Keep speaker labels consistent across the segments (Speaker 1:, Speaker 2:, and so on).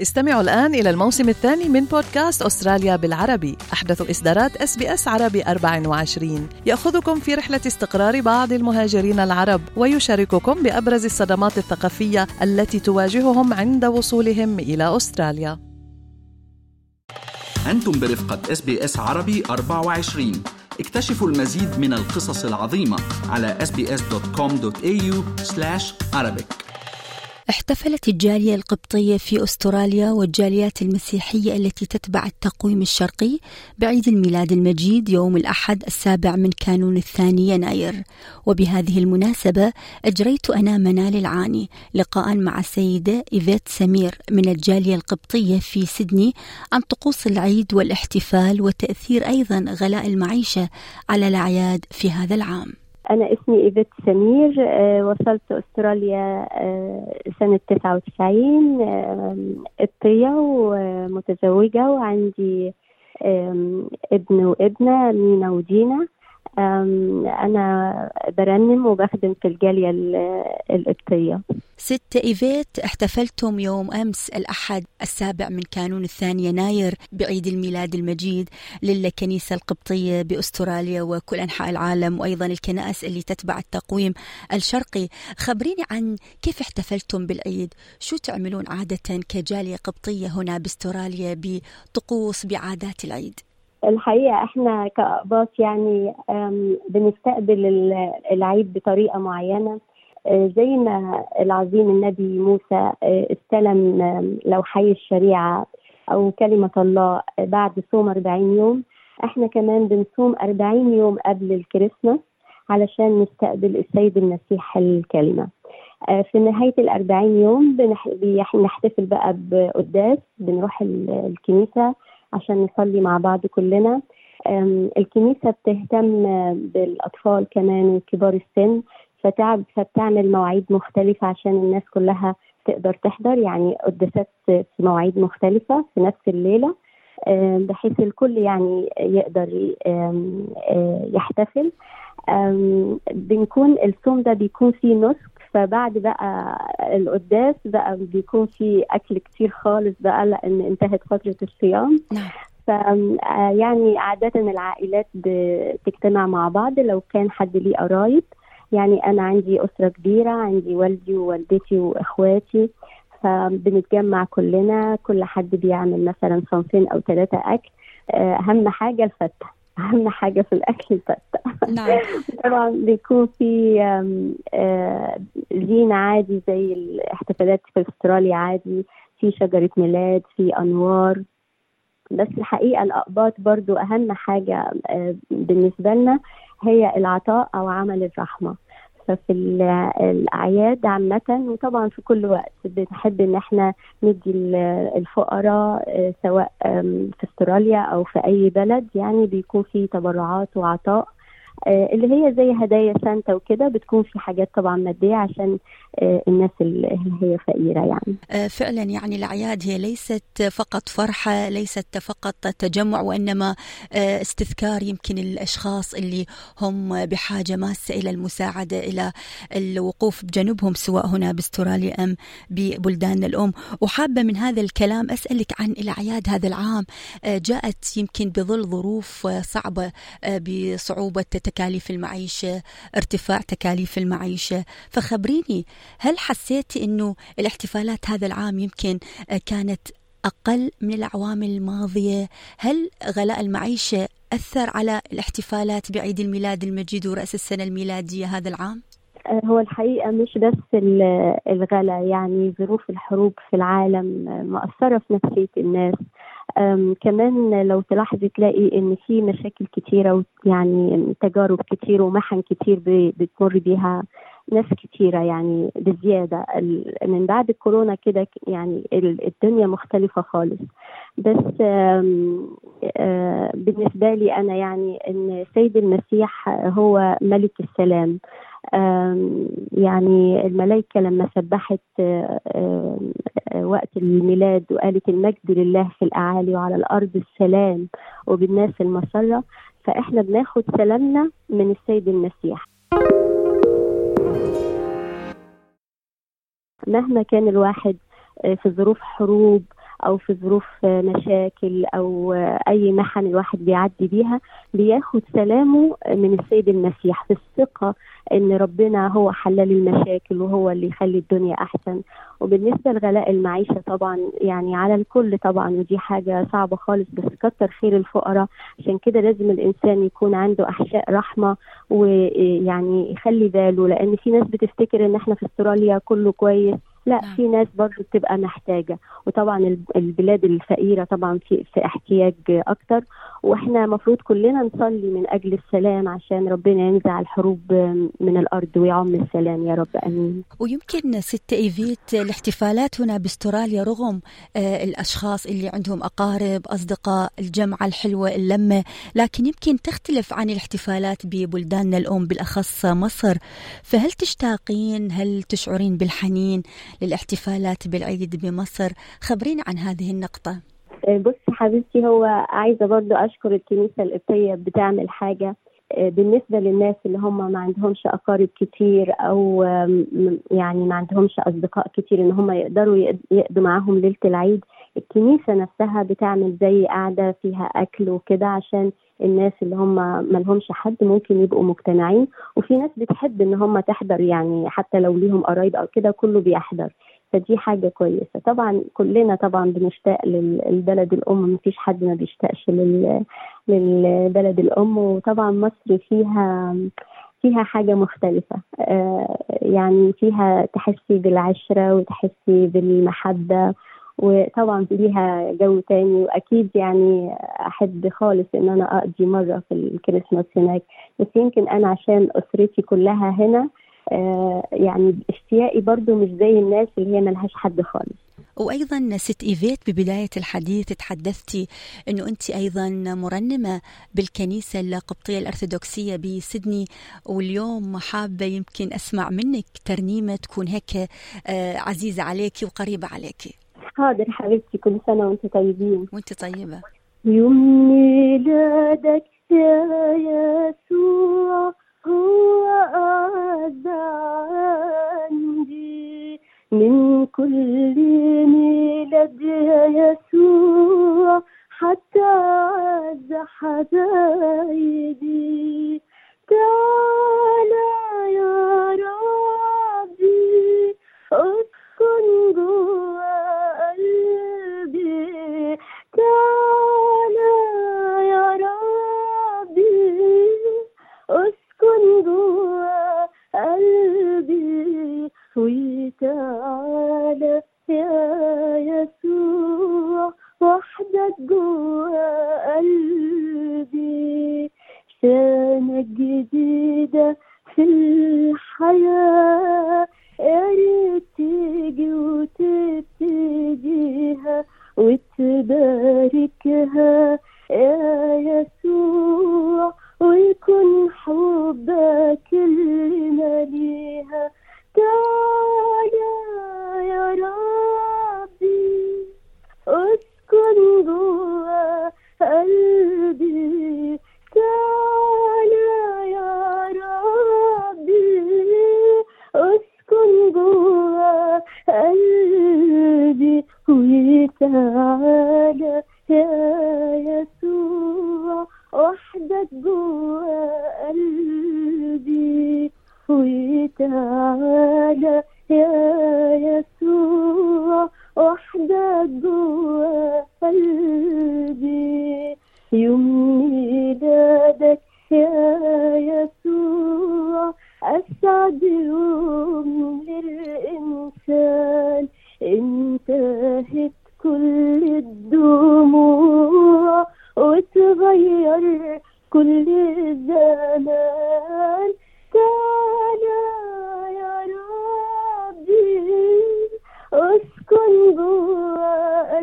Speaker 1: استمعوا الآن إلى الموسم الثاني من بودكاست أستراليا بالعربي، أحدث إصدارات SBS عربي 24، يأخذكم في رحلة استقرار بعض المهاجرين العرب ويشارككم بأبرز الصدمات الثقافية التي تواجههم عند وصولهم إلى أستراليا.
Speaker 2: أنتم برفقة SBS عربي 24. اكتشفوا المزيد من القصص العظيمة على sbs.com.au/arabic.
Speaker 3: احتفلت الجالية القبطية في أستراليا والجاليات المسيحية التي تتبع التقويم الشرقي بعيد الميلاد المجيد يوم الأحد 7 من كانون 2 يناير. وبهذه المناسبة أجريت أنا منال العاني لقاء مع السيدة إيفيت سمير من الجالية القبطية في سيدني عن طقوس العيد والاحتفال وتأثير أيضا غلاء المعيشة على الأعياد في هذا العام.
Speaker 4: أنا اسمي إيفيت سمير، وصلت أستراليا سنة 99، قبطية ومتزوجة وعندي ابن وابنة مينا ودينا. أنا برنم وبخدم في الجالية القبطية.
Speaker 3: ست إيفيت، احتفلتم يوم أمس الأحد 7 من كانون 2 يناير بعيد الميلاد المجيد للكنيسة القبطية بأستراليا وكل أنحاء العالم وأيضا الكنائس اللي تتبع التقويم الشرقي. خبريني عن كيف احتفلتم بالعيد، شو تعملون عادة كجالية قبطية هنا بأستراليا بطقوس بعادات العيد؟
Speaker 4: الحقيقة احنا كأقباط يعني بنستقبل العيد بطريقة معينة، زي ما العظيم النبي موسى استلم لوحي الشريعة أو كلمة الله بعد صوم 40 يوم. احنا كمان بنصوم 40 يوم قبل الكريسماس علشان نستقبل السيد المسيح الكلمة. في نهاية 40 يوم بنحتفل بقى بقداس، بنروح الكنيسة عشان نصلي مع بعض كلنا. الكنيسة بتهتم بالأطفال كمان وكبار السن، فبتعمل مواعيد مختلفة عشان الناس كلها تقدر تحضر، يعني قداسات في مواعيد مختلفة في نفس الليلة، بحيث الكل يعني يقدر يحتفل. بنكون الصوم ده بيكون فيه نسك، فبعد بقى القداس بقى بيكون فيه أكل كتير خالص بقى لأن انتهت فترة الصيام. يعني عادة العائلات بتجتمع مع بعض لو كان حد ليه قرايب. يعني أنا عندي أسرة كبيرة، عندي والدي ووالدتي وإخواتي، فبنتجمع كلنا، كل حد بيعمل مثلا صنفين أو 3 أكل. أهم حاجة الفتة، أهم حاجة في الأكل الفتة.
Speaker 3: نعم.
Speaker 4: طبعا بيكون في زينة عادي زي الاحتفالات في أستراليا عادي، في شجرة ميلاد، في أنوار. بس الحقيقة الأقباط برضو أهم حاجة بالنسبة لنا هي العطاء أو عمل الرحمة. ففي الأعياد عامة وطبعا في كل وقت بنحب إن احنا ندي الفقراء، سواء في أستراليا أو في أي بلد، يعني بيكون في تبرعات وعطاء اللي هي زي هدايا سانتا وكده. بتكون في حاجات طبعا مادية عشان الناس اللي هي فقيرة يعني.
Speaker 3: فعلا يعني الأعياد هي ليست فقط فرحة، ليست فقط تجمع، وإنما استذكار يمكن الأشخاص اللي هم بحاجة ماسة إلى المساعدة، إلى الوقوف بجنبهم سواء هنا باستراليا أم ببلدان الأم. وحابة من هذا الكلام أسألك عن الأعياد هذا العام، جاءت يمكن بظل ظروف صعبة بصعوبة تكاليف المعيشة، ارتفاع تكاليف المعيشة. فخبريني، هل حسيتي إنه الاحتفالات هذا العام يمكن كانت أقل من الأعوام الماضية؟ هل غلاء المعيشة أثر على الاحتفالات بعيد الميلاد المجيد ورأس السنة الميلادية هذا العام؟
Speaker 4: هو الحقيقة مش بس الغلاء، يعني ظروف الحروب في العالم مأثرة في نفسية الناس. كمان لو تلاحظي تلاقي ان في مشاكل كتيرة، يعني تجارب كتير ومحن كتير بتمر بيها ناس كتيرة يعني بزيادة. من بعد الكورونا كده يعني الدنيا مختلفة خالص. بس بالنسبة لي أنا يعني إن سيد المسيح هو ملك السلام. يعني الملائكة لما سبحت وقت الميلاد وقالت المجد لله في الأعالي وعلى الأرض السلام وبالناس المسرة، فإحنا بناخد سلامنا من السيد المسيح. مهما كان الواحد في ظروف حروب أو في ظروف مشاكل أو أي محن الواحد بيعدي بيها، بياخد سلامه من السيد المسيح في الثقة إن ربنا هو حلال المشاكل وهو اللي يخلي الدنيا أحسن. وبالنسبة لغلاء المعيشة طبعا يعني على الكل طبعا، ودي حاجة صعبة خالص، بس كتر خير الفقراء. عشان كده لازم الإنسان يكون عنده أحشاء رحمة ويعني يخلي باله، لأن في ناس بتفتكر إن احنا في استراليا كله كويس، لا في ناس برضو بتبقى محتاجة. وطبعا البلاد الفقيرة طبعا في احتياج أكتر، وإحنا مفروض كلنا نصلي من أجل السلام عشان ربنا ينزع الحروب من الأرض ويعم السلام يا رب، أمين.
Speaker 3: ويمكن ست إيفيت الاحتفالات هنا باستراليا رغم الأشخاص اللي عندهم أقارب أصدقاء، الجمعة الحلوة اللمة، لكن يمكن تختلف عن الاحتفالات ببلداننا الأم بالأخص مصر. فهل تشتاقين، هل تشعرين بالحنين للاحتفالات بالعيد بمصر؟ خبرينا عن هذه النقطة.
Speaker 4: بص حبيبتي، هو عايزة برضو أشكر الكنيسة القبطية بتعمل حاجة بالنسبة للناس اللي هم ما عندهمش أقارب كتير أو يعني ما عندهمش أصدقاء كتير إن هم يقدروا يقضوا معاهم ليلة العيد. الكنيسة نفسها بتعمل زي قاعدة فيها أكل وكده عشان الناس اللي هم ما لهمش حد ممكن يبقوا مجتمعين، وفي ناس بتحب إن هم تحضر، يعني حتى لو ليهم قرايب أو كده كله بيحضر، فدي حاجة كويسة. طبعا كلنا طبعا بنشتاق للبلد الأم، مفيش حد ما بيشتاقش للبلد الأم. وطبعا مصر فيها حاجة مختلفة، يعني فيها تحسي بالعشرة وتحسي بالمحبة، وطبعا ليها جو تاني. وأكيد يعني أحب خالص إن أنا أقضي مرة في الكريسماس هناك، بس يمكن أنا عشان أسرتي كلها هنا يعني اشتياقي برضو مش زي الناس اللي هي ملهاش حد خالص.
Speaker 3: وأيضا ست إيفيت ببداية الحديث تحدثتي أنه أنت أيضا مرنمة بالكنيسة القبطية الأرثوذكسية بسيدني، واليوم حابة يمكن أسمع منك ترنيمة تكون هيك عزيزة عليكي وقريبة عليكي.
Speaker 4: حاضر حبيبتي، كل سنة وانت طيبين.
Speaker 3: وانت طيبة.
Speaker 4: يوم ميلادك يا يسوع هو أعز عندي من كل ميلاد يا يسوع، حتى أعز حبايبي. تعالى يا ربي اسكن جوا قلبي، تعالى يا ربي اسكن جوا قلبي، وتعالى يا يسوع وحدك جوا قلبي. سنة جديدة في الحياة يا ريت تيجي وتبتديها وتباركها يا يسوع، ويكون حبك اللي ماليها. تعالى يا ربي اسكن جوا قلبي، تعالى يا ربي اسكن جوا قلبي، وتعالى يا يسوع وحدك جوا قلبي، وتعالى يا يسوع وحدك جوا قلبي. يوم ميلادك يا يسوع أسعد يوم للإنسان، انتهت كل الدموع وتغير كل الزمان. تعالى يا ربي اسكن جوا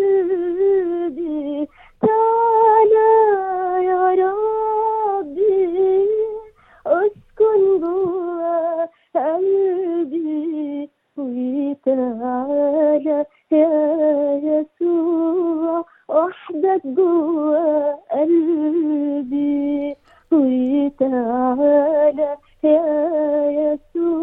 Speaker 4: قلبي، تعالى يا ربي اسكن جوا قلبي، وتعالى يا يسوع وحدك جوا قلبي، وتعالى يا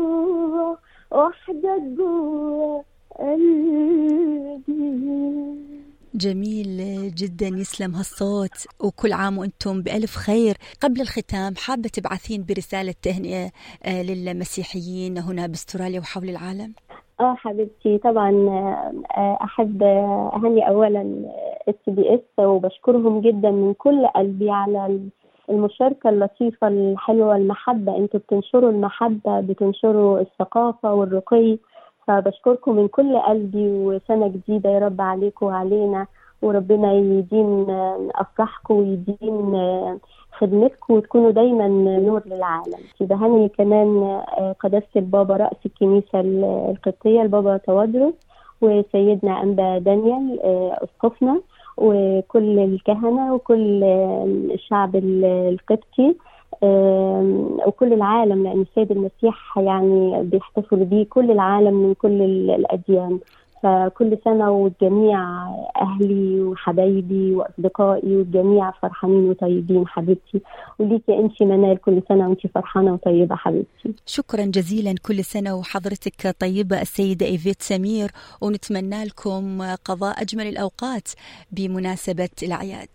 Speaker 4: يسوع وحدك جوا قلبي.
Speaker 3: جميل جدا، يسلم هالصوت، وكل عام وأنتم بألف خير. قبل الختام حابة تبعثين برسالة تهنئة للمسيحيين هنا باستراليا وحول العالم؟
Speaker 4: حبيبتي، طبعا أحب أهني أولا SBS وبشكرهم جدا من كل قلبي على المشاركة اللطيفة الحلوة، المحبة. أنتوا بتنشروا المحبة، بتنشروا الثقافة والرقي، فبشكركم من كل قلبي. وسنة جديدة يا رب عليكم وعلينا، وربنا يدين أفراحكم ويدين خدمتكم وتكونوا دايما نور للعالم. بهني كمان قداسة البابا رأس الكنيسة القبطية البابا توادرس، وسيدنا أنبا دانيال أسقفنا، وكل الكهنة وكل الشعب القبطي وكل العالم، لأن السيد المسيح يعني بيحتفل به كل العالم من كل الأديان. فكل سنة والجميع أهلي وحبايبي وأصدقائي والجميع فرحانين وطيبين حبيبتي. وليكي أنت منال، كل سنة وأنت فرحانة وطيبة حبيبتي.
Speaker 3: شكرا جزيلا، كل سنة وحضرتك طيبة السيدة إيفيت سمير، ونتمنى لكم قضاء أجمل الأوقات بمناسبة الأعياد.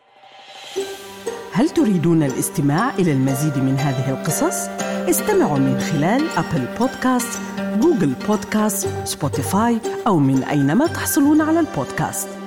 Speaker 5: هل تريدون الاستماع إلى المزيد من هذه القصص؟ استمعوا من خلال أبل بودكاست، جوجل بودكاست، سبوتيفاي أو من أينما تحصلون على البودكاست.